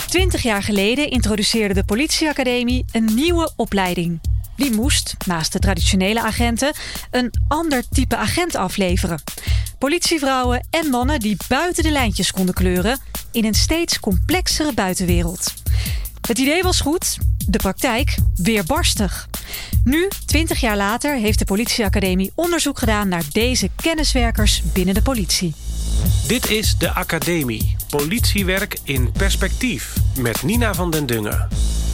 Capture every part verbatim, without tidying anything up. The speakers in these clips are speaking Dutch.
Twintig jaar geleden introduceerde de politieacademie een nieuwe opleiding. Die moest, naast de traditionele agenten, een ander type agent afleveren. Politievrouwen en mannen die buiten de lijntjes konden kleuren in een steeds complexere buitenwereld. Het idee was goed, de praktijk weerbarstig. Nu, twintig jaar later, heeft de politieacademie onderzoek gedaan naar deze kenniswerkers binnen de politie. Dit is de Academie. Politiewerk in perspectief. Met Nina van den Dungen.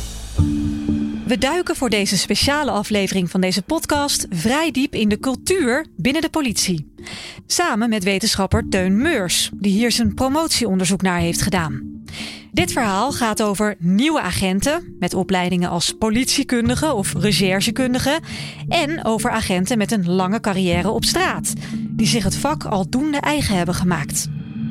We duiken voor deze speciale aflevering van deze podcast vrij diep in de cultuur binnen de politie. Samen met wetenschapper Teun Meurs, die hier zijn promotieonderzoek naar heeft gedaan. Dit verhaal gaat over nieuwe agenten met opleidingen als politiekundige of recherchekundige en over agenten met een lange carrière op straat, die zich het vak aldoende eigen hebben gemaakt.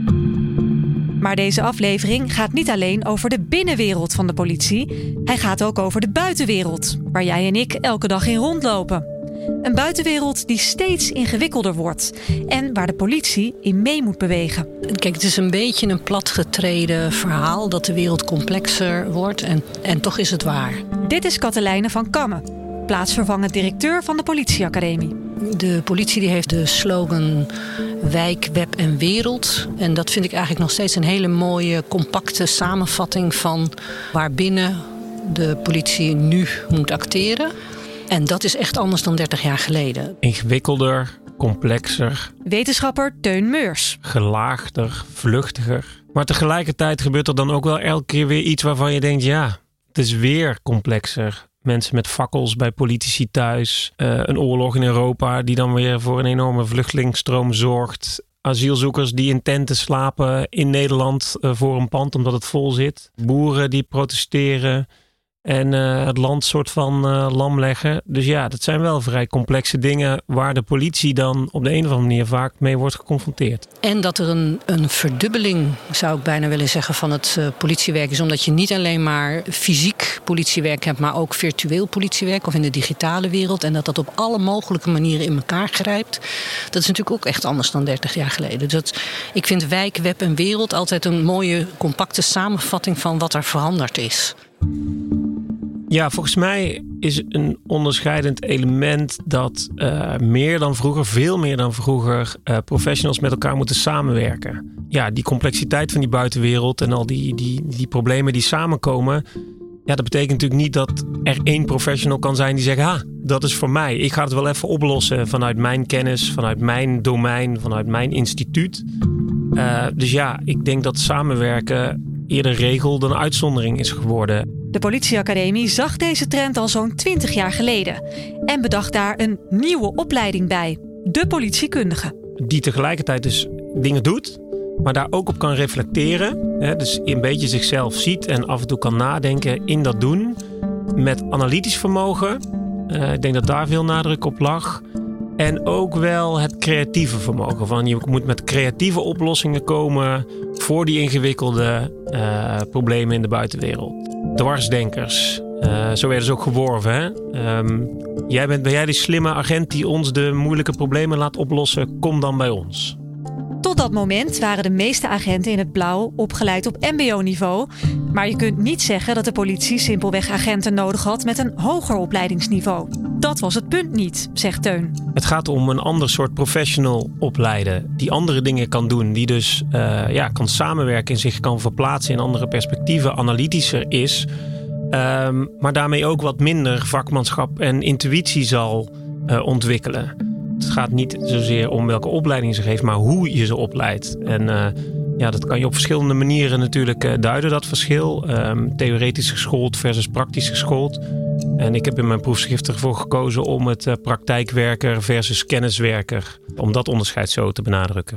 Maar deze aflevering gaat niet alleen over de binnenwereld van de politie. Hij gaat ook over de buitenwereld, waar jij en ik elke dag in rondlopen. Een buitenwereld die steeds ingewikkelder wordt en waar de politie in mee moet bewegen. Kijk, het is een beetje een platgetreden verhaal dat de wereld complexer wordt en, en toch is het waar. Dit is Katelijne van Kammen, plaatsvervangend directeur van de politieacademie. De politie die heeft de slogan wijk, web en wereld. En dat vind ik eigenlijk nog steeds een hele mooie, compacte samenvatting van waarbinnen de politie nu moet acteren. En dat is echt anders dan dertig jaar geleden. Ingewikkelder, complexer. Wetenschapper Teun Meurs. Gelaagder, vluchtiger. Maar tegelijkertijd gebeurt er dan ook wel elke keer weer iets waarvan je denkt, ja, het is weer complexer. Mensen met fakkels bij politici thuis. Uh, een oorlog in Europa die dan weer voor een enorme vluchtelingsstroom zorgt. Asielzoekers die in tenten slapen in Nederland uh, voor een pand omdat het vol zit. Boeren die protesteren en uh, het land soort van uh, lam leggen. Dus ja, dat zijn wel vrij complexe dingen waar de politie dan op de een of andere manier vaak mee wordt geconfronteerd. En dat er een, een verdubbeling, zou ik bijna willen zeggen, van het uh, politiewerk is. Omdat je niet alleen maar fysiek politiewerk hebt, maar ook virtueel politiewerk of in de digitale wereld. En dat dat op alle mogelijke manieren in elkaar grijpt. Dat is natuurlijk ook echt anders dan dertig jaar geleden. Dus dat, ik vind wijk, web en wereld altijd een mooie, compacte samenvatting van wat er veranderd is. Ja, volgens mij is een onderscheidend element dat uh, meer dan vroeger, veel meer dan vroeger, uh, professionals met elkaar moeten samenwerken. Ja, die complexiteit van die buitenwereld en al die, die, die problemen die samenkomen. Ja, dat betekent natuurlijk niet dat er één professional kan zijn die zegt, ha, dat is voor mij. Ik ga het wel even oplossen vanuit mijn kennis, vanuit mijn domein, vanuit mijn instituut. Uh, dus ja, ik denk dat samenwerken eerder regel dan uitzondering is geworden. De politieacademie zag deze trend al zo'n twintig jaar geleden en bedacht daar een nieuwe opleiding bij, de politiekundige. Die tegelijkertijd dus dingen doet, maar daar ook op kan reflecteren. Hè, dus een beetje zichzelf ziet en af en toe kan nadenken in dat doen. Met analytisch vermogen. Uh, ik denk dat daar veel nadruk op lag. En ook wel het creatieve vermogen. Van je moet met creatieve oplossingen komen voor die ingewikkelde uh, problemen in de buitenwereld. Dwarsdenkers. Uh, zo werden ze ook geworven. Hè? Um, jij bent, ben jij die slimme agent die ons de moeilijke problemen laat oplossen? Kom dan bij ons. Tot dat moment waren de meeste agenten in het blauw opgeleid op mbo-niveau. Maar je kunt niet zeggen dat de politie simpelweg agenten nodig had met een hoger opleidingsniveau. Dat was het punt niet, zegt Teun. Het gaat om een ander soort professional opleiden. Die andere dingen kan doen. Die dus uh, ja, kan samenwerken en zich kan verplaatsen in andere perspectieven. Analytischer is. Um, maar daarmee ook wat minder vakmanschap en intuïtie zal uh, ontwikkelen. Het gaat niet zozeer om welke opleiding ze geeft, maar hoe je ze opleidt. En uh, ja, dat kan je op verschillende manieren natuurlijk uh, duiden, dat verschil. Um, theoretisch geschoold versus praktisch geschoold. En ik heb in mijn proefschrift ervoor gekozen om het uh, praktijkwerker versus kenniswerker, om dat onderscheid zo te benadrukken.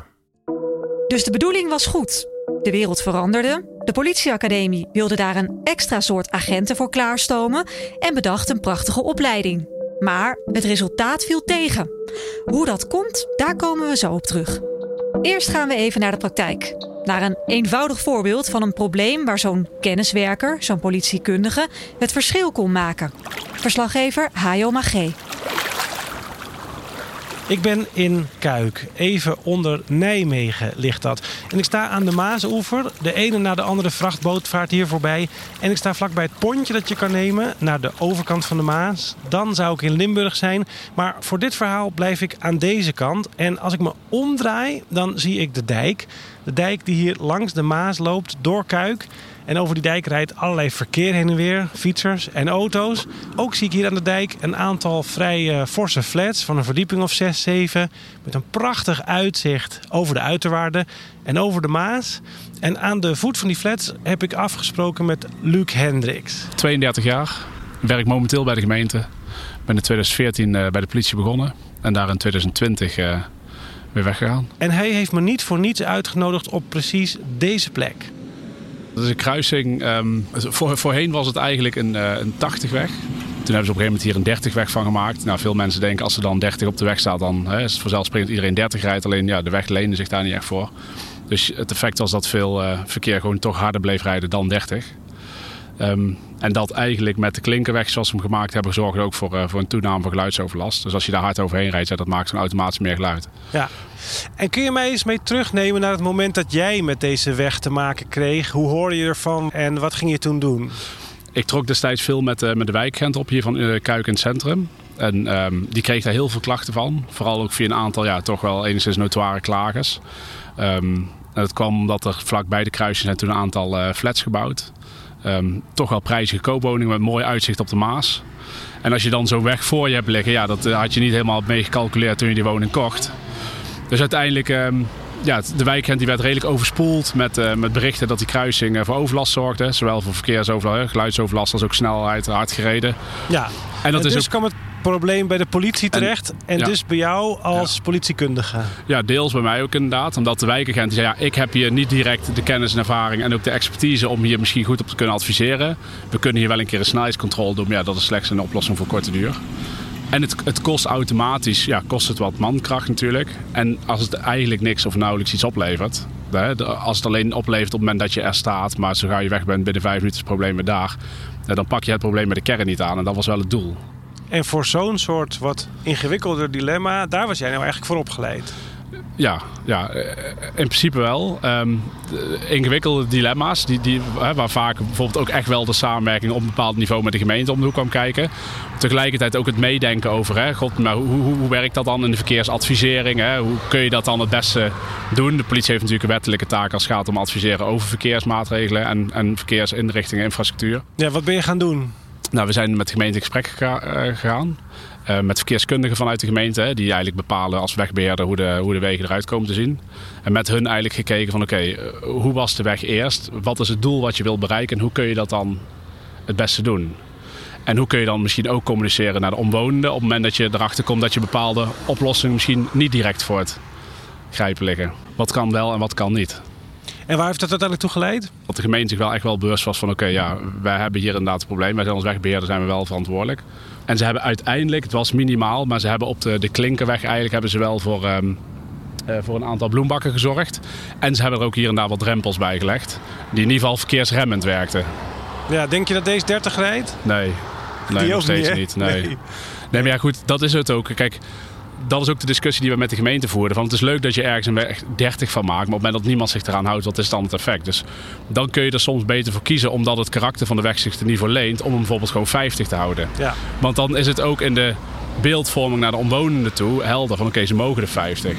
Dus de bedoeling was goed. De wereld veranderde. De politieacademie wilde daar een extra soort agenten voor klaarstomen en bedacht een prachtige opleiding. Maar het resultaat viel tegen. Hoe dat komt, daar komen we zo op terug. Eerst gaan we even naar de praktijk. Naar een eenvoudig voorbeeld van een probleem waar zo'n kenniswerker, zo'n politiekundige, het verschil kon maken. Verslaggever Hajo Magé. Ik ben in Kuik. Even onder Nijmegen ligt dat. En ik sta aan de Maasoever. De ene na de andere vrachtboot vaart hier voorbij. En ik sta vlakbij het pontje dat je kan nemen naar de overkant van de Maas. Dan zou ik in Limburg zijn. Maar voor dit verhaal blijf ik aan deze kant. En als ik me omdraai, dan zie ik de dijk. De dijk die hier langs de Maas loopt door Kuik. En over die dijk rijdt allerlei verkeer heen en weer. Fietsers en auto's. Ook zie ik hier aan de dijk een aantal vrij uh, forse flats van een verdieping of zes, zeven. Met een prachtig uitzicht over de uiterwaarden en over de Maas. En aan de voet van die flats heb ik afgesproken met Luc Hendricks. tweeëndertig jaar. Ik werk momenteel bij de gemeente. Ik ben in twintig veertien uh, bij de politie begonnen. En daar in twintig twintig uh, weer weggegaan. En hij heeft me niet voor niets uitgenodigd op precies deze plek. Dat is een kruising. Um, voor, voorheen was het eigenlijk een, uh, een tachtigweg. Toen hebben ze op een gegeven moment hier een dertigweg van gemaakt. Nou, veel mensen denken als er dan dertig op de weg staat, dan hè, is het vanzelfsprekend iedereen dertig rijdt. Alleen ja, de weg leende zich daar niet echt voor. Dus het effect was dat veel uh, verkeer gewoon toch harder bleef rijden dan dertig. Um, en dat eigenlijk met de klinkerweg zoals we hem gemaakt hebben zorgde ook voor, uh, voor een toename van geluidsoverlast. Dus als je daar hard overheen rijdt, ja, dat maakt zo'n automatisch meer geluid. Ja. En kun je mij eens mee terugnemen naar het moment dat jij met deze weg te maken kreeg? Hoe hoorde je ervan en wat ging je toen doen? Ik trok destijds veel met, uh, met de wijkagent op hier van uh, Kuik in het centrum. En um, die kreeg daar heel veel klachten van. Vooral ook via een aantal ja, toch wel enigszins notoire klagers. Um, en dat kwam omdat er vlakbij de kruising zijn toen een aantal uh, flats gebouwd. Um, toch wel prijzige koopwoningen met mooi uitzicht op de Maas. En als je dan zo'n weg voor je hebt liggen, ja, dat had je niet helemaal mee gecalculeerd toen je die woning kocht. Dus uiteindelijk, um, ja, de wijkagent die werd redelijk overspoeld met, uh, met berichten dat die kruising uh, voor overlast zorgde. Zowel voor verkeersoverlast, geluidsoverlast als ook snelheid, hard gereden. Ja, en, dat en is dus ook... kwam het probleem bij de politie terecht en, en ja. dus bij jou als ja. politiekundige? Ja, deels bij mij ook inderdaad. Omdat de wijkagent die zei, ja, ik heb hier niet direct de kennis en ervaring en ook de expertise om hier misschien goed op te kunnen adviseren. We kunnen hier wel een keer een snelheidscontrole doen, maar ja, dat is slechts een oplossing voor korte duur. En het, het kost automatisch, ja, kost het wat mankracht natuurlijk. En als het eigenlijk niks of nauwelijks iets oplevert. Hè, als het alleen oplevert op het moment dat je er staat, maar zo ga je weg bent binnen vijf minuten is het probleem weer daar. Dan pak je het probleem met de kern niet aan en dat was wel het doel. En voor zo'n soort wat ingewikkelder dilemma, daar was jij nou eigenlijk voor opgeleid? Ja, ja, in principe wel. Um, ingewikkelde dilemma's, die, die, hè, waar vaak bijvoorbeeld ook echt wel de samenwerking op een bepaald niveau met de gemeente om de hoek kwam kijken. Tegelijkertijd ook het meedenken over, hè, God, maar hoe, hoe, hoe werkt dat dan in de verkeersadvisering? Hè? Hoe kun je dat dan het beste doen? De politie heeft natuurlijk een wettelijke taak als het gaat om adviseren over verkeersmaatregelen en, en verkeersinrichtingen, infrastructuur. Ja, wat ben je gaan doen? Nou, we zijn met de gemeente in gesprek gegaan. Uh, met verkeerskundigen vanuit de gemeente. Hè, die eigenlijk bepalen als wegbeheerder hoe de, hoe de wegen eruit komen te zien. En met hun eigenlijk gekeken van oké, okay, uh, hoe was de weg eerst? Wat is het doel wat je wilt bereiken? En hoe kun je dat dan het beste doen? En hoe kun je dan misschien ook communiceren naar de omwonenden op het moment dat je erachter komt dat je bepaalde oplossingen misschien niet direct voor het grijpen liggen. Wat kan wel en wat kan niet. En waar heeft dat uiteindelijk toe geleid? Dat de gemeente zich wel echt wel bewust was van oké, okay, ja, wij hebben hier inderdaad een probleem. Wij zijn als wegbeheerder zijn we wel verantwoordelijk. En ze hebben uiteindelijk, het was minimaal, maar ze hebben op de, de Klinkerweg eigenlijk hebben ze wel voor, um, uh, voor een aantal bloembakken gezorgd. En ze hebben er ook hier en daar wat drempels bij gelegd. Die in ieder geval verkeersremmend werkten. Ja, denk je dat deze dertig rijdt? Nee, nee nog steeds niet. niet nee. nee. nee, maar ja goed, dat is het ook. Kijk, dat is ook de discussie die we met de gemeente voerden. Van, het is leuk dat je ergens een weg dertig van maakt, maar op het moment dat niemand zich eraan houdt, wat is dan het effect? Dus dan kun je er soms beter voor kiezen, omdat het karakter van de weg zich er niet voor leent, om hem bijvoorbeeld gewoon vijftig te houden. Ja. Want dan is het ook in de beeldvorming naar de omwonenden toe helder van oké, okay, ze mogen de vijftig.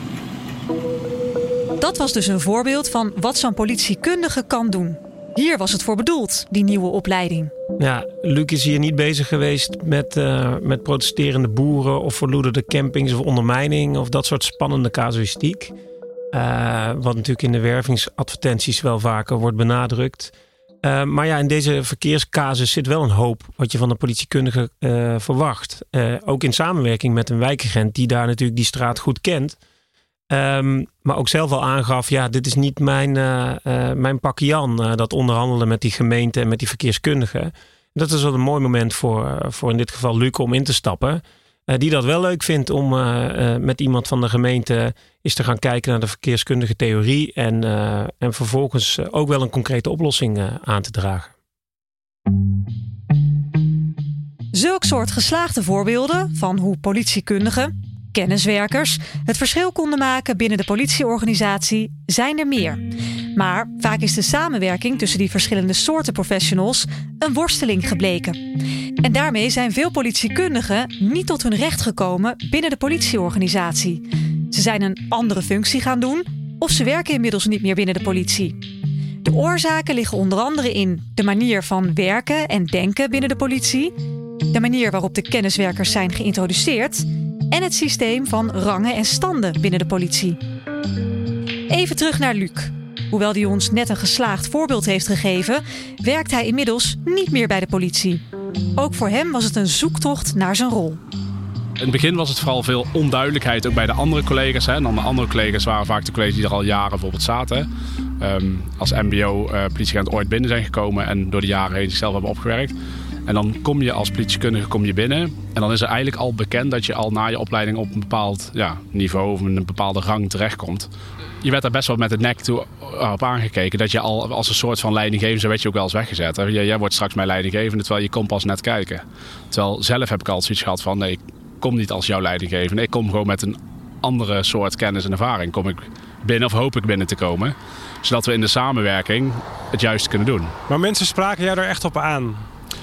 Dat was dus een voorbeeld van wat zo'n politiekundige kan doen. Hier was het voor bedoeld, die nieuwe opleiding. Ja, Luc is hier niet bezig geweest met, uh, met protesterende boeren of verloederde campings of ondermijning of dat soort spannende casuïstiek. Uh, wat natuurlijk in de wervingsadvertenties wel vaker wordt benadrukt. Uh, maar ja, in deze verkeerscasus zit wel een hoop wat je van de politiekundige uh, verwacht. Uh, ook in samenwerking met een wijkagent die daar natuurlijk die straat goed kent. Um, maar ook zelf al aangaf, ja, dit is niet mijn, uh, uh, mijn pakje Jan, uh, dat onderhandelen met die gemeente en met die verkeerskundigen. Dat is wel een mooi moment voor, uh, voor in dit geval Luc om in te stappen. Uh, die dat wel leuk vindt om uh, uh, met iemand van de gemeente eens te gaan kijken naar de verkeerskundige theorie. En, uh, en vervolgens uh, ook wel een concrete oplossing uh, aan te dragen. Zulk soort geslaagde voorbeelden van hoe politiekundigen kenniswerkers het verschil konden maken binnen de politieorganisatie, zijn er meer. Maar vaak is de samenwerking tussen die verschillende soorten professionals een worsteling gebleken. En daarmee zijn veel politiekundigen niet tot hun recht gekomen binnen de politieorganisatie. Ze zijn een andere functie gaan doen of ze werken inmiddels niet meer binnen de politie. De oorzaken liggen onder andere in de manier van werken en denken binnen de politie, de manier waarop de kenniswerkers zijn geïntroduceerd en het systeem van rangen en standen binnen de politie. Even terug naar Luc. Hoewel hij ons net een geslaagd voorbeeld heeft gegeven, werkt hij inmiddels niet meer bij de politie. Ook voor hem was het een zoektocht naar zijn rol. In het begin was het vooral veel onduidelijkheid ook bij de andere collega's. Hè. En dan de andere collega's waren vaak de collega's die er al jaren bijvoorbeeld zaten. Um, als M B O-politieagent uh, ooit binnen zijn gekomen en door de jaren heen zichzelf hebben opgewerkt. En dan kom je als politiekundige kom je binnen. En dan is er eigenlijk al bekend dat je al na je opleiding op een bepaald ja, niveau of een bepaalde rang terechtkomt. Je werd daar best wel met de nek toe op aangekeken. Dat je al als een soort van leidinggevende, zo werd je ook wel eens weggezet. Hè. Jij wordt straks mijn leidinggevende, terwijl je komt pas net kijken. Terwijl zelf heb ik altijd zoiets gehad van, nee, ik kom niet als jouw leidinggevende. Ik kom gewoon met een andere soort kennis en ervaring. Kom ik binnen of hoop ik binnen te komen. Zodat we in de samenwerking het juiste kunnen doen. Maar mensen spraken jij er echt op aan?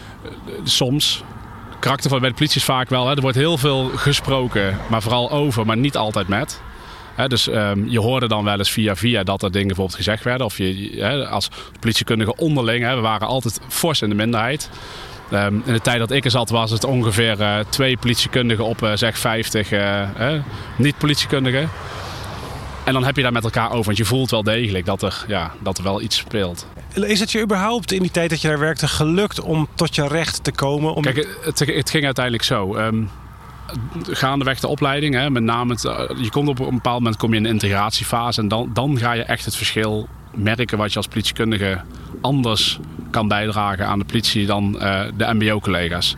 Soms. Karakter van bij de politie is vaak wel. Hè, er wordt heel veel gesproken, maar vooral over, maar niet altijd met. He, dus um, je hoorde dan wel eens via via dat er dingen bijvoorbeeld gezegd werden. Of je he, als politiekundige onderling, he, we waren altijd fors in de minderheid. Um, in de tijd dat ik er zat was het ongeveer uh, twee politiekundigen op uh, zeg vijftig uh, uh, niet-politiekundigen. En dan heb je daar met elkaar over, want je voelt wel degelijk dat er, ja, dat er wel iets speelt. Is het je überhaupt in die tijd dat je daar werkte gelukt om tot je recht te komen? Om... Kijk, het, het ging uiteindelijk zo. Um, gaandeweg de opleiding, hè, met name het, je komt op een bepaald moment kom je in een integratiefase en dan, dan ga je echt het verschil merken wat je als politiekundige anders kan bijdragen aan de politie dan uh, de M B O-collega's.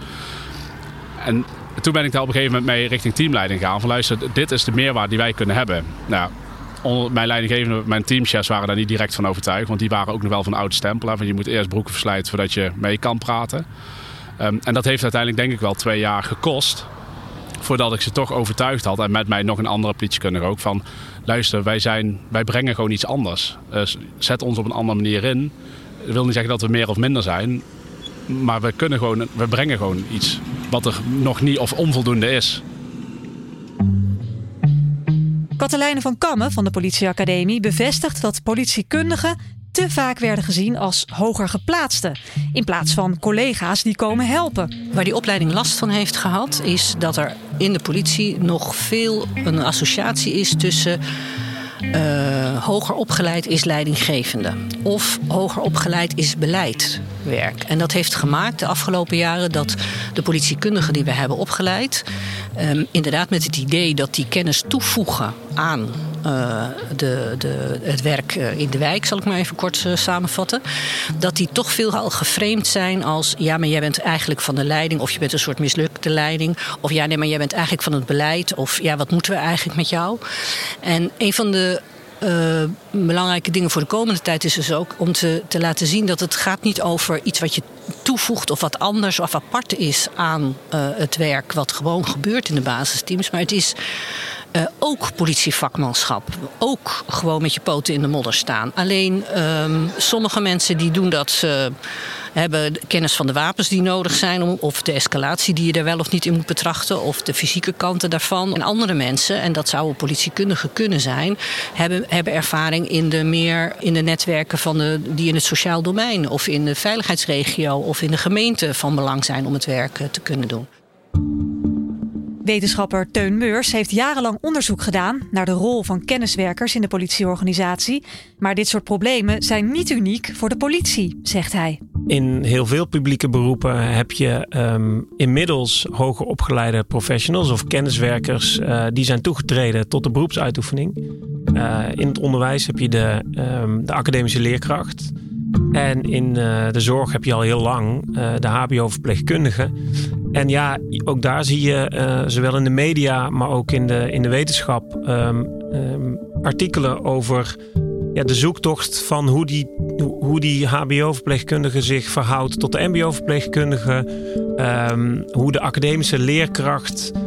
En toen ben ik daar op een gegeven moment mee richting teamleiding gegaan. Van luister, dit is de meerwaarde die wij kunnen hebben. Nou, mijn leidinggevende, mijn teamchefs waren daar niet direct van overtuigd, want die waren ook nog wel van oude stempel. Hè, van je moet eerst broeken verslijten voordat je mee kan praten. Um, en dat heeft uiteindelijk denk ik wel twee jaar gekost. Voordat ik ze toch overtuigd had. En met mij nog een andere politiekundige ook. Van luister, wij, zijn, wij brengen gewoon iets anders. Uh, zet ons op een andere manier in. Dat wil niet zeggen dat we meer of minder zijn. Maar we, kunnen gewoon, we brengen gewoon iets. Wat er nog niet of onvoldoende is. Katelijne van Kammen van de politieacademie bevestigt dat politiekundigen te vaak werden gezien als hoger geplaatsten, in plaats van collega's die komen helpen. Waar die opleiding last van heeft gehad, is dat er in de politie nog veel een associatie is tussen uh, hoger opgeleid is leidinggevende of hoger opgeleid is beleidwerk. En dat heeft gemaakt de afgelopen jaren dat de politiekundigen die we hebben opgeleid, um, inderdaad met het idee dat die kennis toevoegen aan Uh, de, de, het werk in de wijk, zal ik maar even kort uh, samenvatten. Dat die toch veel al geframed zijn als ja, maar jij bent eigenlijk van de leiding of je bent een soort mislukte leiding. Of ja, nee, maar jij bent eigenlijk van het beleid. Of ja, wat moeten we eigenlijk met jou? En een van de Uh, belangrijke dingen voor de komende tijd is dus ook om te, te laten zien dat het gaat niet over iets wat je toevoegt of wat anders of apart is aan uh, het werk wat gewoon gebeurt in de basisteams. Maar het is uh, ook politievakmanschap. Ook gewoon met je poten in de modder staan. Alleen um, sommige mensen die doen dat uh, hebben kennis van de wapens die nodig zijn, of de escalatie die je er wel of niet in moet betrachten, of de fysieke kanten daarvan. En andere mensen, en dat zouden politiekundigen kunnen zijn, hebben, hebben ervaring in de meer in de netwerken van de, die in het sociaal domein of in de veiligheidsregio of in de gemeente van belang zijn om het werk te kunnen doen. Wetenschapper Teun Meurs heeft jarenlang onderzoek gedaan naar de rol van kenniswerkers in de politieorganisatie. Maar dit soort problemen zijn niet uniek voor de politie, zegt hij. In heel veel publieke beroepen heb je um, inmiddels hoger opgeleide professionals of kenniswerkers uh, die zijn toegetreden tot de beroepsuitoefening. Uh, in het onderwijs heb je de, um, de academische leerkracht. En in uh, de zorg heb je al heel lang uh, de H B O-verpleegkundige. En ja, ook daar zie je uh, zowel in de media, maar ook in de, in de wetenschap um, um, artikelen over ja, de zoektocht van hoe die, hoe die H B O-verpleegkundige zich verhoudt tot de M B O-verpleegkundige. Um, hoe de academische leerkracht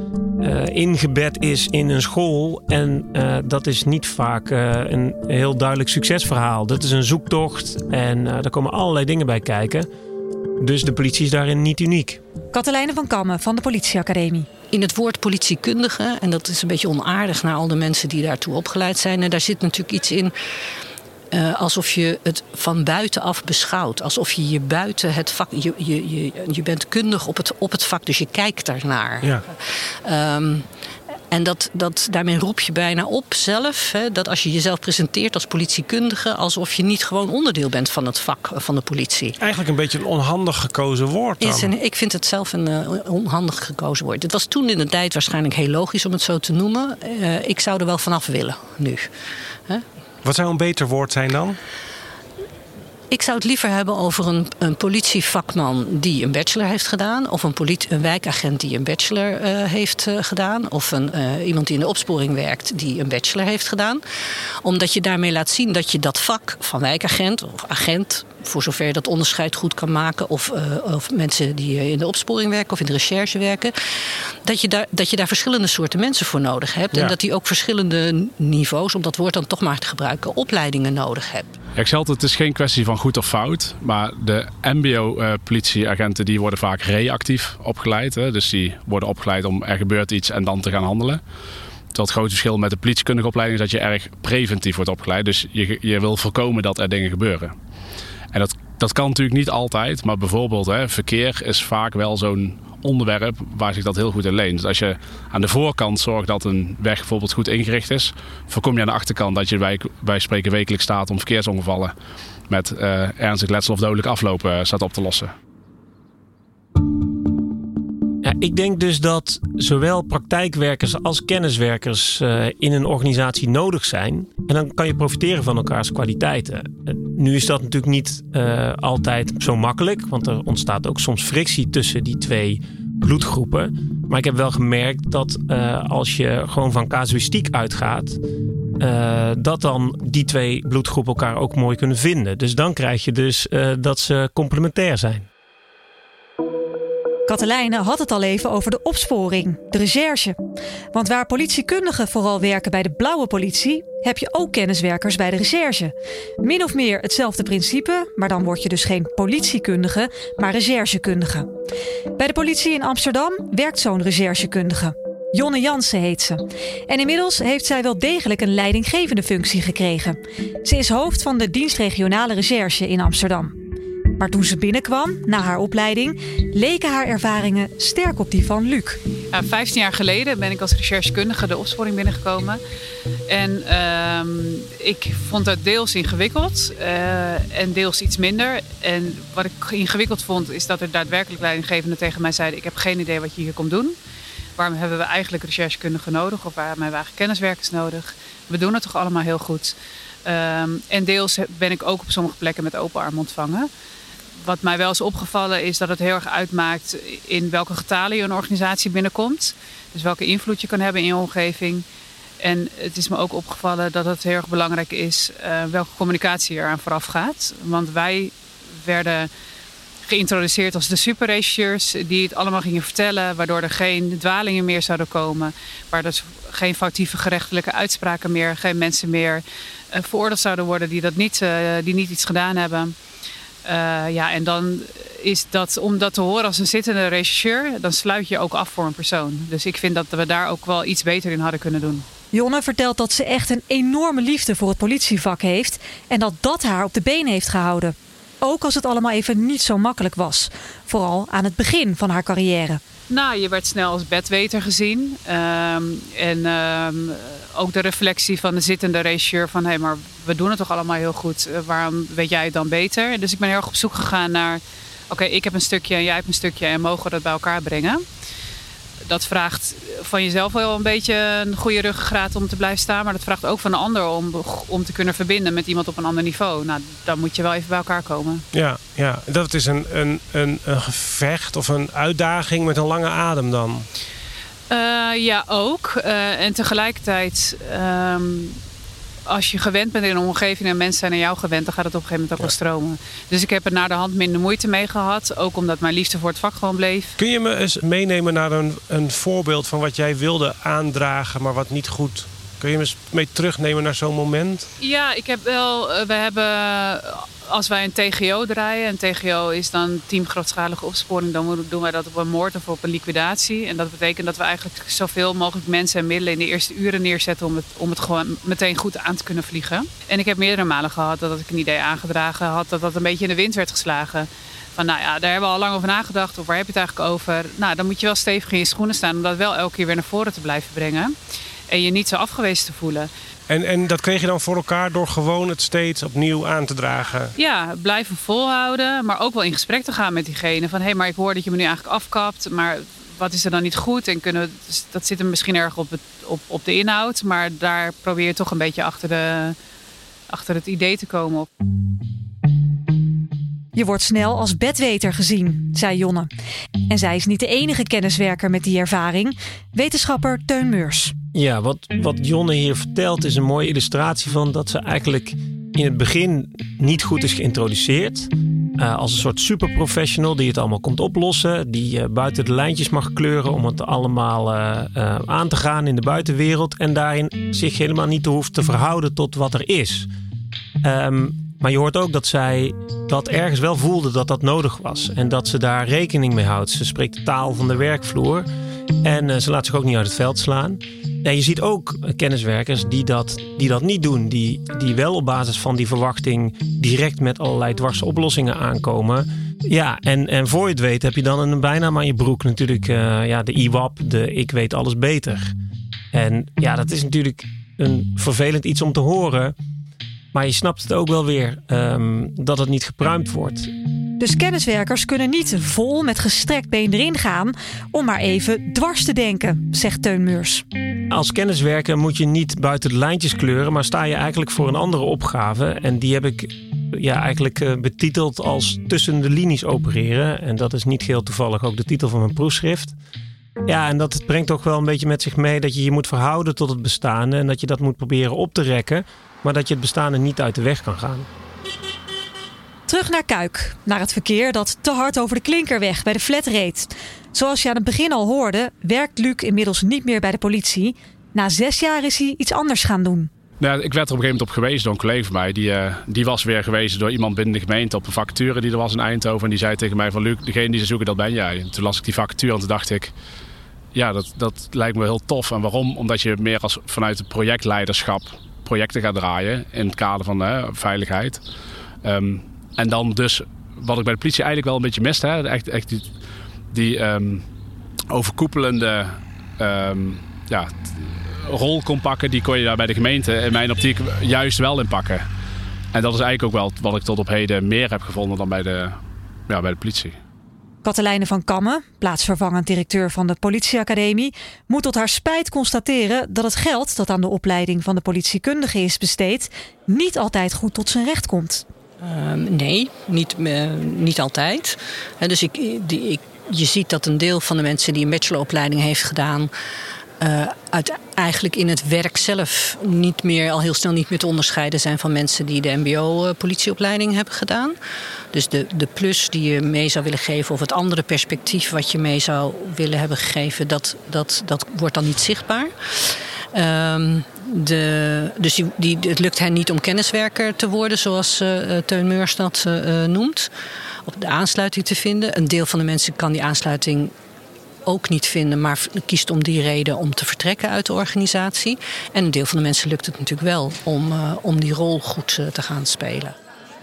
uh, ingebed is in een school. En uh, dat is niet vaak uh, een heel duidelijk succesverhaal. Dat is een zoektocht en uh, daar komen allerlei dingen bij kijken. Dus de politie is daarin niet uniek. Katelijne van Kammen van de Politieacademie. In het woord politiekundige, en dat is een beetje onaardig naar al de mensen die daartoe opgeleid zijn. En daar zit natuurlijk iets in uh, alsof je het van buitenaf beschouwt. Alsof je je buiten het vak, je, je, je, je bent kundig op het, op het vak, dus je kijkt daarnaar. Ja. Um, En dat, dat, daarmee roep je bijna op zelf, hè, dat als je jezelf presenteert als politiekundige, alsof je niet gewoon onderdeel bent van het vak van de politie. Eigenlijk een beetje een onhandig gekozen woord dan. Is een, ik vind het zelf een uh, onhandig gekozen woord. Het was toen in de tijd waarschijnlijk heel logisch om het zo te noemen. Uh, ik zou er wel vanaf willen nu. Hè? Wat zou een beter woord zijn dan? Ik zou het liever hebben over een, een politievakman die een bachelor heeft gedaan. Of een, politie, een wijkagent die een bachelor uh, heeft uh, gedaan. Of een, uh, iemand die in de opsporing werkt die een bachelor heeft gedaan. Omdat je daarmee laat zien dat je dat vak van wijkagent of agent, voor zover je dat onderscheid goed kan maken. Of, uh, of mensen die in de opsporing werken of in de recherche werken. Dat je daar, dat je daar verschillende soorten mensen voor nodig hebt. Ja. En dat die ook verschillende niveaus, om dat woord dan toch maar te gebruiken, opleidingen nodig hebt. Ja, ik zeg altijd, het is geen kwestie van goed of fout. Maar de mbo-politieagenten die worden vaak reactief opgeleid. Hè? Dus die worden opgeleid om er gebeurt iets en dan te gaan handelen. Terwijl het grote verschil met de politiekundige opleiding is dat je erg preventief wordt opgeleid. Dus je, je wil voorkomen dat er dingen gebeuren. En dat, dat kan natuurlijk niet altijd. Maar bijvoorbeeld hè, verkeer is vaak wel zo'n onderwerp waar zich dat heel goed in leent. Dus als je aan de voorkant zorgt dat een weg bijvoorbeeld goed ingericht is, voorkom je aan de achterkant dat je bij, bij spreken wekelijks staat om verkeersongevallen met uh, ernstig letsel of dodelijk afloop uh, staat op te lossen. Ja, ik denk dus dat zowel praktijkwerkers als kenniswerkers uh, in een organisatie nodig zijn. En dan kan je profiteren van elkaars kwaliteiten. Uh, nu is dat natuurlijk niet uh, altijd zo makkelijk, want er ontstaat ook soms frictie tussen die twee bloedgroepen. Maar ik heb wel gemerkt dat uh, als je gewoon van casuïstiek uitgaat, Uh, dat dan die twee bloedgroepen elkaar ook mooi kunnen vinden. Dus dan krijg je dus uh, dat ze complementair zijn. Katelijne had het al even over de opsporing, de recherche. Want waar politiekundigen vooral werken bij de blauwe politie, heb je ook kenniswerkers bij de recherche. Min of meer hetzelfde principe, maar dan word je dus geen politiekundige, maar recherchekundige. Bij de politie in Amsterdam werkt zo'n recherchekundige. Jonne Jansen heet ze. En inmiddels heeft zij wel degelijk een leidinggevende functie gekregen. Ze is hoofd van de dienst regionale recherche in Amsterdam. Maar toen ze binnenkwam, na haar opleiding, leken haar ervaringen sterk op die van Luc. Ja, vijftien jaar geleden ben ik als recherchekundige de opsporing binnengekomen. En uh, ik vond dat deels ingewikkeld uh, en deels iets minder. En wat ik ingewikkeld vond, is dat er daadwerkelijk leidinggevenden tegen mij zeiden: ik heb geen idee wat je hier komt doen. Waarom hebben we eigenlijk recherchekundigen nodig? Of waarom hebben we eigenlijk kenniswerkers nodig? We doen het toch allemaal heel goed. Um, en deels ben ik ook op sommige plekken met open arm ontvangen. Wat mij wel is opgevallen is dat het heel erg uitmaakt in welke getalen je een organisatie binnenkomt. Dus welke invloed je kan hebben in je omgeving. En het is me ook opgevallen dat het heel erg belangrijk is uh, welke communicatie er aan vooraf gaat. Want wij werden geïntroduceerd als de superregisseurs die het allemaal gingen vertellen, waardoor er geen dwalingen meer zouden komen, waardoor er geen foutieve gerechtelijke uitspraken meer, geen mensen meer uh, veroordeeld zouden worden die, dat niet, uh, die niet iets gedaan hebben. Uh, ja, en dan is dat, om dat te horen als een zittende regisseur, dan sluit je ook af voor een persoon. Dus ik vind dat we daar ook wel iets beter in hadden kunnen doen. Jonne vertelt dat ze echt een enorme liefde voor het politievak heeft en dat dat haar op de been heeft gehouden. Ook als het allemaal even niet zo makkelijk was. Vooral aan het begin van haar carrière. Nou, je werd snel als bedweter gezien. Um, en um, ook de reflectie van de zittende regisseur van: hé, hey, maar we doen het toch allemaal heel goed. Uh, waarom weet jij het dan beter? Dus ik ben heel erg op zoek gegaan naar: oké, okay, ik heb een stukje en jij hebt een stukje en mogen we dat bij elkaar brengen? Dat vraagt van jezelf wel een beetje een goede ruggengraat om te blijven staan. Maar dat vraagt ook van een ander om, om te kunnen verbinden met iemand op een ander niveau. Nou, dan moet je wel even bij elkaar komen. Ja, ja. Dat is een, een, een, een gevecht of een uitdaging met een lange adem dan. Uh, ja, ook. Uh, en tegelijkertijd um, als je gewend bent in een omgeving en mensen zijn aan jou gewend, dan gaat het op een gegeven moment ook wel stromen. Dus ik heb er naar de hand minder moeite mee gehad. Ook omdat mijn liefde voor het vak gewoon bleef. Kun je me eens meenemen naar een, een voorbeeld van wat jij wilde aandragen, maar wat niet goed? Kun je me eens mee terugnemen naar zo'n moment? Ja, ik heb wel. We hebben, als wij een T G O draaien, een T G O is dan team grootschalige opsporing, dan doen wij dat op een moord of op een liquidatie. En dat betekent dat we eigenlijk zoveel mogelijk mensen en middelen in de eerste uren neerzetten om het, om het gewoon meteen goed aan te kunnen vliegen. En ik heb meerdere malen gehad dat ik een idee aangedragen had dat dat een beetje in de wind werd geslagen. Van nou ja, daar hebben we al lang over nagedacht. Of waar heb je het eigenlijk over? Nou, dan moet je wel stevig in je schoenen staan om dat wel elke keer weer naar voren te blijven brengen. En je niet zo afgewezen te voelen. En, en dat kreeg je dan voor elkaar door gewoon het steeds opnieuw aan te dragen? Ja, blijven volhouden. Maar ook wel in gesprek te gaan met diegene. Van hé, hey, maar ik hoor dat je me nu eigenlijk afkapt. Maar wat is er dan niet goed? En kunnen, dat zit er misschien erg op, het, op, op de inhoud. Maar daar probeer je toch een beetje achter, de, achter het idee te komen. Op. Je wordt snel als bedweter gezien, zei Jonne. En zij is niet de enige kenniswerker met die ervaring. Wetenschapper Teun Meurs. Ja, wat, wat Jonne hier vertelt is een mooie illustratie van dat ze eigenlijk in het begin niet goed is geïntroduceerd. Uh, als een soort superprofessional die het allemaal komt oplossen. Die uh, buiten de lijntjes mag kleuren om het allemaal uh, uh, aan te gaan in de buitenwereld. En daarin zich helemaal niet hoeft te verhouden tot wat er is. Um, Maar je hoort ook dat zij dat ergens wel voelde dat dat nodig was. En dat ze daar rekening mee houdt. Ze spreekt de taal van de werkvloer. En uh, ze laat zich ook niet uit het veld slaan. En je ziet ook kenniswerkers die dat, die dat niet doen. Die, die wel op basis van die verwachting direct met allerlei dwarse oplossingen aankomen. Ja, en, en voor je het weet heb je dan een bijnaam aan je broek. Natuurlijk uh, ja, de I W A P, de ik weet alles beter. En ja, dat is natuurlijk een vervelend iets om te horen. Maar je snapt het ook wel weer um, dat het niet gepruimd wordt. Dus kenniswerkers kunnen niet vol met gestrekt been erin gaan om maar even dwars te denken, zegt Teun Meurs. Als kenniswerker moet je niet buiten de lijntjes kleuren, maar sta je eigenlijk voor een andere opgave. En die heb ik ja, eigenlijk uh, betiteld als tussen de linies opereren. En dat is niet geheel toevallig ook de titel van mijn proefschrift. Ja, en dat brengt toch wel een beetje met zich mee dat je je moet verhouden tot het bestaande. En dat je dat moet proberen op te rekken. Maar dat je het bestaande niet uit de weg kan gaan. Terug naar Kuik. Naar het verkeer dat te hard over de Klinkerweg bij de flat reed. Zoals je aan het begin al hoorde, werkt Luc inmiddels niet meer bij de politie. Na zes jaar is hij iets anders gaan doen. Nou, ik werd er op een gegeven moment op gewezen door een collega van mij. Die, uh, die was weer gewezen door iemand binnen de gemeente op een vacature die er was in Eindhoven. En die zei tegen mij van Luc, degene die ze zoeken, dat ben jij. En toen las ik die vacature en toen dacht ik, ja, dat, dat lijkt me heel tof. En waarom? Omdat je meer als vanuit het projectleiderschap projecten gaat draaien in het kader van uh, veiligheid. Um, en dan dus, wat ik bij de politie eigenlijk wel een beetje miste, hè, echt, echt die, die um, overkoepelende um, ja, rol kon pakken, die kon je daar bij de gemeente in mijn optiek juist wel in pakken. En dat is eigenlijk ook wel wat ik tot op heden meer heb gevonden dan bij de, ja, bij de politie. Katelijne van Kammen, plaatsvervangend directeur van de politieacademie, moet tot haar spijt constateren dat het geld dat aan de opleiding van de politiekundige is besteed niet altijd goed tot zijn recht komt. Uh, nee, niet, uh, niet altijd. He, dus ik, die, ik, je ziet dat een deel van de mensen die een bacheloropleiding heeft gedaan, Uh, uit, eigenlijk in het werk zelf niet meer, al heel snel niet meer te onderscheiden zijn van mensen die de mbo-politieopleiding hebben gedaan. Dus de, de plus die je mee zou willen geven of het andere perspectief wat je mee zou willen hebben gegeven, dat, dat, dat wordt dan niet zichtbaar. Um, de, dus die, die, het lukt hen niet om kenniswerker te worden, zoals uh, Teun Meurs dat uh, noemt. Op de aansluiting te vinden. Een deel van de mensen kan die aansluiting ook niet vinden, maar kiest om die reden om te vertrekken uit de organisatie. En een deel van de mensen lukt het natuurlijk wel om, uh, om die rol goed uh, te gaan spelen.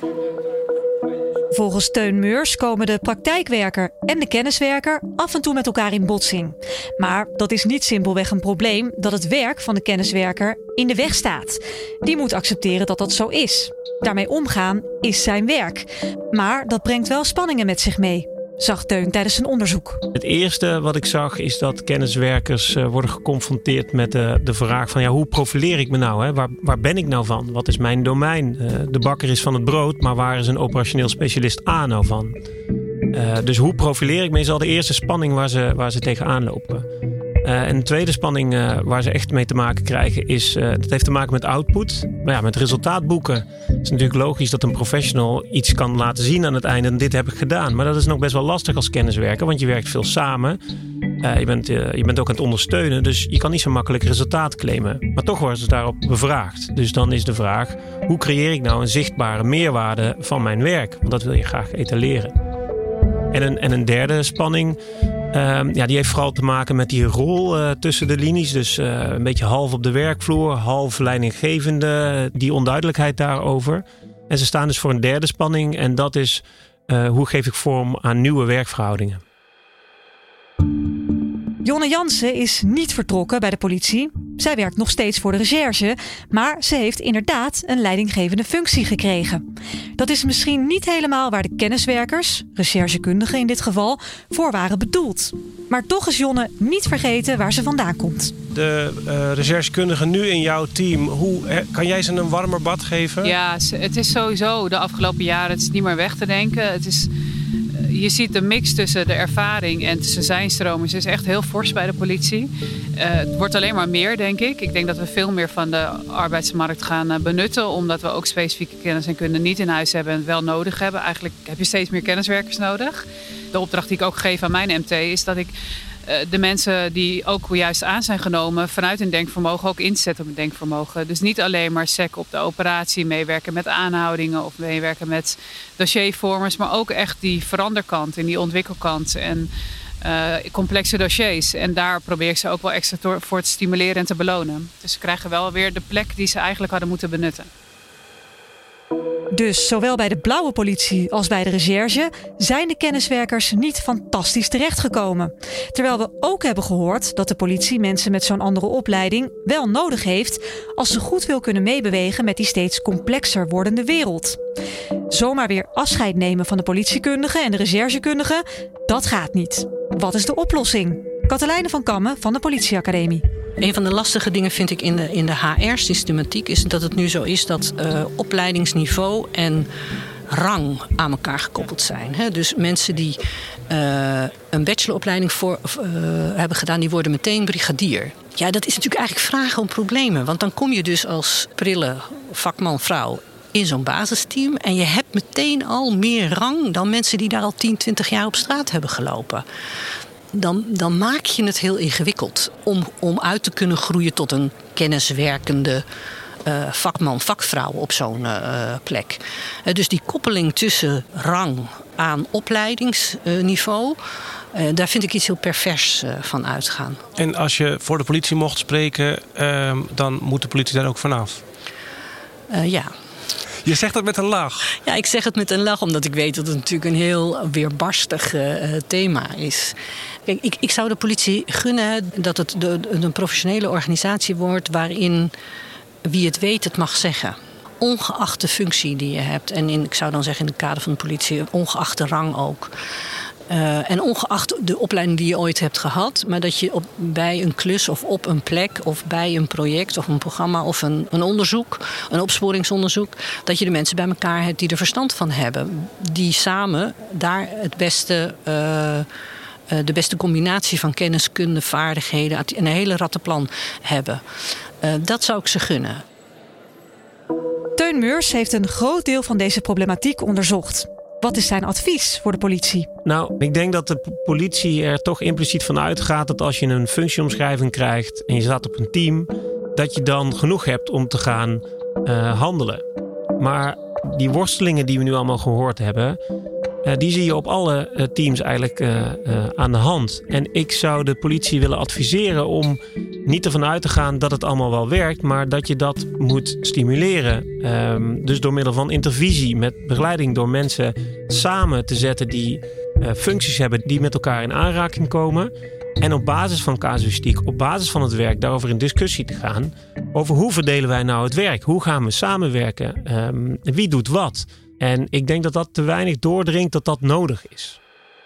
Volgens Teun Meurs komen de praktijkwerker en de kenniswerker af en toe met elkaar in botsing. Maar dat is niet simpelweg een probleem dat het werk van de kenniswerker in de weg staat. Die moet accepteren dat dat zo is. Daarmee omgaan is zijn werk. Maar dat brengt wel spanningen met zich mee, zag Teun tijdens zijn onderzoek. Het eerste wat ik zag is dat kenniswerkers uh, worden geconfronteerd met uh, de vraag van ja, hoe profileer ik me nou? Hè? Waar, waar ben ik nou van? Wat is mijn domein? Uh, de bakker is van het brood, maar waar is een operationeel specialist A nou van? Uh, dus hoe profileer ik me is al de eerste spanning waar ze, waar ze tegenaan lopen. Uh, en de tweede spanning uh, waar ze echt mee te maken krijgen is... Uh, dat heeft te maken met output. Maar ja, met resultaat boeken. Het is natuurlijk logisch dat een professional iets kan laten zien aan het einde. En dit heb ik gedaan. Maar dat is nog best wel lastig als kenniswerker. Want je werkt veel samen. Uh, je, bent, uh, je bent ook aan het ondersteunen. Dus je kan niet zo makkelijk resultaat claimen. Maar toch worden ze daarop bevraagd. Dus dan is de vraag... hoe creëer ik nou een zichtbare meerwaarde van mijn werk? Want dat wil je graag etaleren. En een, en een derde spanning... Uh, ja, die heeft vooral te maken met die rol uh, tussen de linies. Dus uh, een beetje half op de werkvloer, half leidinggevende. Die onduidelijkheid daarover. En ze staan dus voor een derde spanning. En dat is uh, hoe geef ik vorm aan nieuwe werkverhoudingen. Jonne Jansen is niet vertrokken bij de politie. Zij werkt nog steeds voor de recherche, maar ze heeft inderdaad een leidinggevende functie gekregen. Dat is misschien niet helemaal waar de kenniswerkers, recherchekundigen in dit geval, voor waren bedoeld. Maar toch is Jonne niet vergeten waar ze vandaan komt. De uh, recherchekundige nu in jouw team, hoe, he, kan jij ze een warmer bad geven? Ja, het is sowieso de afgelopen jaren, het is niet meer weg te denken. Het is... Je ziet de mix tussen de ervaring en tussen zijn stromers is echt heel fors bij de politie. Uh, het wordt alleen maar meer, denk ik. Ik denk dat we veel meer van de arbeidsmarkt gaan uh, benutten. Omdat we ook specifieke kennis en kunde niet in huis hebben en het wel nodig hebben. Eigenlijk heb je steeds meer kenniswerkers nodig. De opdracht die ik ook geef aan mijn M T is dat ik uh, de mensen die ook juist aan zijn genomen vanuit hun denkvermogen ook inzetten op hun denkvermogen. Dus niet alleen maar sec op de operatie, meewerken met aanhoudingen of meewerken met dossiervormers, maar ook echt die veranderkant en die ontwikkelkant en uh, complexe dossiers. En daar probeer ik ze ook wel extra voor te stimuleren en te belonen. Dus ze krijgen wel weer de plek die ze eigenlijk hadden moeten benutten. Dus zowel bij de blauwe politie als bij de recherche zijn de kenniswerkers niet fantastisch terechtgekomen. Terwijl we ook hebben gehoord dat de politie mensen met zo'n andere opleiding wel nodig heeft als ze goed wil kunnen meebewegen met die steeds complexer wordende wereld. Zomaar weer afscheid nemen van de politiekundigen en de recherchekundigen, dat gaat niet. Wat is de oplossing? Katelijne van Kammen van de Politieacademie. Een van de lastige dingen vind ik in de, in de H R-systematiek is dat het nu zo is dat uh, opleidingsniveau en rang aan elkaar gekoppeld zijn. Hè? Dus mensen die uh, een bacheloropleiding voor, uh, hebben gedaan, die worden meteen brigadier. Ja, dat is natuurlijk eigenlijk vragen om problemen. Want dan kom je dus als prille vakman, vrouw in zo'n basisteam en je hebt meteen al meer rang dan mensen die daar al tien, twintig jaar op straat hebben gelopen. Dan, dan maak je het heel ingewikkeld om, om uit te kunnen groeien tot een kenniswerkende uh, vakman, vakvrouw op zo'n uh, plek. Uh, dus die koppeling tussen rang aan opleidingsniveau, uh, daar vind ik iets heel pervers uh, van uitgaan. En als je voor de politie mocht spreken, uh, dan moet de politie daar ook vanaf? Uh, ja. Je zegt dat met een lach. Ja, ik zeg het met een lach, omdat ik weet dat het natuurlijk een heel weerbarstig uh, thema is. Kijk, ik, ik zou de politie gunnen dat het de, de, een professionele organisatie wordt waarin wie het weet het mag zeggen. Ongeacht de functie die je hebt. En in, ik zou dan zeggen in het kader van de politie, ongeacht de rang ook. Uh, en ongeacht de opleiding die je ooit hebt gehad, maar dat je op, bij een klus of op een plek of bij een project of een programma of een, een onderzoek, een opsporingsonderzoek, dat je de mensen bij elkaar hebt die er verstand van hebben. Die samen daar het beste, uh, uh, de beste combinatie van kennis, kunde, vaardigheden en een hele rattenplan hebben. Uh, dat zou ik ze gunnen. Teun Meurs heeft een groot deel van deze problematiek onderzocht. Wat is zijn advies voor de politie? Nou, ik denk dat de politie er toch impliciet van uitgaat dat als je een functieomschrijving krijgt en je staat op een team, dat je dan genoeg hebt om te gaan uh, handelen. Maar die worstelingen die we nu allemaal gehoord hebben, uh, die zie je op alle uh, teams eigenlijk uh, uh, aan de hand. En ik zou de politie willen adviseren om niet ervan uit te gaan dat het allemaal wel werkt, maar dat je dat moet stimuleren. Um, dus door middel van intervisie, met begeleiding, door mensen samen te zetten die uh, functies hebben die met elkaar in aanraking komen. En op basis van casuïstiek, op basis van het werk, daarover in discussie te gaan. Over hoe verdelen wij nou het werk? Hoe gaan we samenwerken? Um, wie doet wat? En ik denk dat dat te weinig doordringt dat dat nodig is.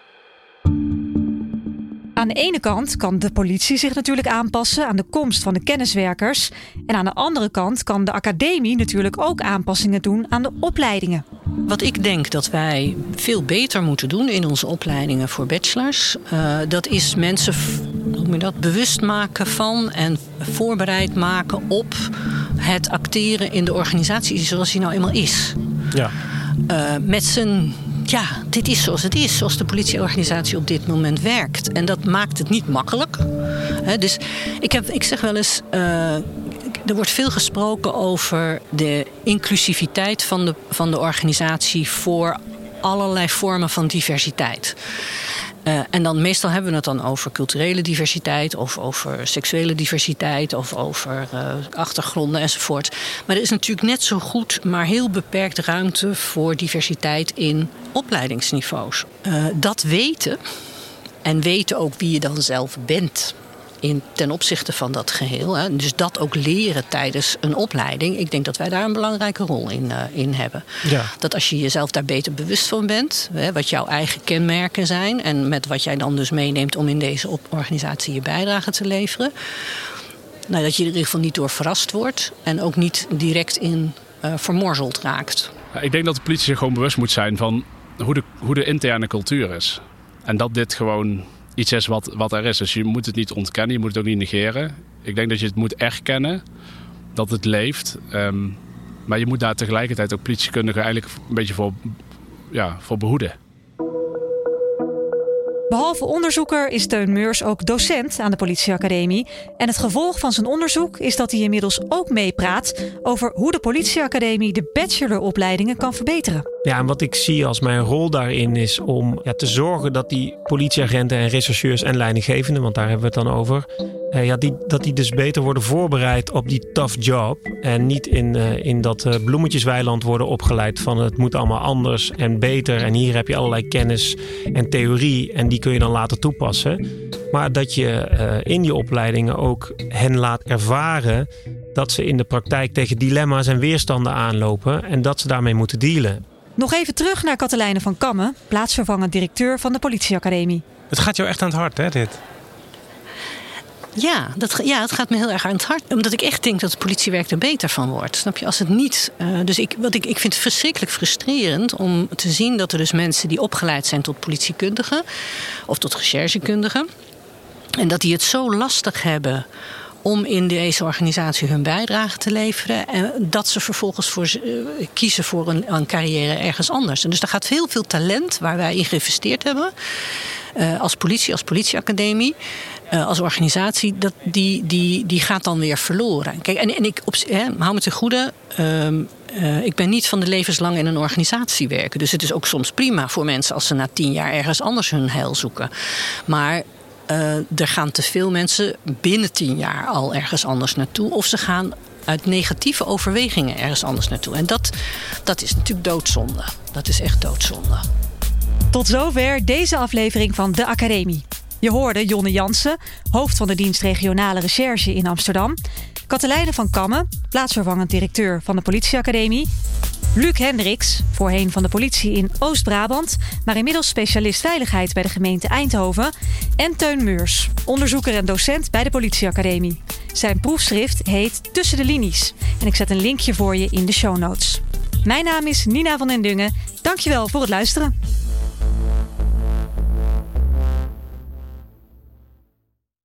Aan de ene kant kan de politie zich natuurlijk aanpassen aan de komst van de kenniswerkers. En aan de andere kant kan de academie natuurlijk ook aanpassingen doen aan de opleidingen. Wat ik denk dat wij veel beter moeten doen in onze opleidingen voor bachelors, Uh, dat is mensen f- noem je dat, bewust maken van en voorbereid maken op het acteren in de organisatie zoals die nou eenmaal is. Ja. Uh, met zijn, ja, dit is zoals het is, zoals de politieorganisatie op dit moment werkt. En dat maakt het niet makkelijk. He, dus ik, heb, ik zeg wel eens, uh, er wordt veel gesproken over de inclusiviteit van de, van de organisatie voor allerlei vormen van diversiteit. Uh, en dan meestal hebben we het dan over culturele diversiteit of over seksuele diversiteit of over uh, achtergronden enzovoort. Maar er is natuurlijk net zo goed maar heel beperkt ruimte voor diversiteit in opleidingsniveaus. Uh, dat weten en weten ook wie je dan zelf bent in, ten opzichte van dat geheel. Hè. Dus dat ook leren tijdens een opleiding. Ik denk dat wij daar een belangrijke rol in, uh, in hebben. Ja. Dat als je jezelf daar beter bewust van bent, hè, wat jouw eigen kenmerken zijn en met wat jij dan dus meeneemt om in deze op- organisatie je bijdrage te leveren. Nou, dat je er in ieder geval niet door verrast wordt en ook niet direct in uh, vermorzeld raakt. Ja, ik denk dat de politie zich gewoon bewust moet zijn van hoe de, hoe de interne cultuur is. En dat dit gewoon iets is wat, wat er is. Dus je moet het niet ontkennen, je moet het ook niet negeren. Ik denk dat je het moet erkennen, dat het leeft. Um, maar je moet daar tegelijkertijd ook politiekundigen eigenlijk een beetje voor, ja, voor behoeden. Behalve onderzoeker is Teun Meurs ook docent aan de politieacademie. En het gevolg van zijn onderzoek is dat hij inmiddels ook meepraat over hoe de politieacademie de bacheloropleidingen kan verbeteren. Ja, en wat ik zie als mijn rol daarin is om ja, te zorgen dat die politieagenten en rechercheurs en leidinggevenden, want daar hebben we het dan over, eh, ja, die, dat die dus beter worden voorbereid op die tough job. En niet in, uh, in dat uh, bloemetjesweiland worden opgeleid van het moet allemaal anders en beter. En hier heb je allerlei kennis en theorie en die kun je dan later toepassen. Maar dat je uh, in die opleidingen ook hen laat ervaren dat ze in de praktijk tegen dilemma's en weerstanden aanlopen en dat ze daarmee moeten dealen. Nog even terug naar Katelijne van Kammen, plaatsvervangend directeur van de politieacademie. Het gaat jou echt aan het hart, hè, dit? Ja, dat, ja, het gaat me heel erg aan het hart. Omdat ik echt denk dat het politiewerk er beter van wordt. Snap je? Als het niet. Uh, dus ik, wat ik, ik vind het verschrikkelijk frustrerend om te zien dat er dus mensen die opgeleid zijn tot politiekundigen of tot recherchekundigen. En dat die het zo lastig hebben om in deze organisatie hun bijdrage te leveren. En dat ze vervolgens voor, uh, kiezen voor een, een carrière ergens anders. En dus er gaat heel veel talent waar wij in geïnvesteerd hebben. Uh, als politie, als politieacademie. Uh, als organisatie, dat, die, die, die gaat dan weer verloren. Kijk, en, en ik op, hè, hou me ten goede. Uh, uh, ik ben niet van de levenslang in een organisatie werken. Dus het is ook soms prima voor mensen als ze na tien jaar ergens anders hun heil zoeken. Maar uh, er gaan te veel mensen binnen tien jaar al ergens anders naartoe. Of ze gaan uit negatieve overwegingen ergens anders naartoe. En dat, dat is natuurlijk doodzonde. Dat is echt doodzonde. Tot zover deze aflevering van De Academie. Je hoorde Jonne Jansen, hoofd van de dienst regionale recherche in Amsterdam. Katelijne van Kammen, plaatsvervangend directeur van de politieacademie. Luc Hendricks, voorheen van de politie in Oost-Brabant, maar inmiddels specialist veiligheid bij de gemeente Eindhoven. En Teun Meurs, onderzoeker en docent bij de politieacademie. Zijn proefschrift heet Tussen de Linies. En ik zet een linkje voor je in de show notes. Mijn naam is Nina van den Dungen. Dankjewel voor het luisteren.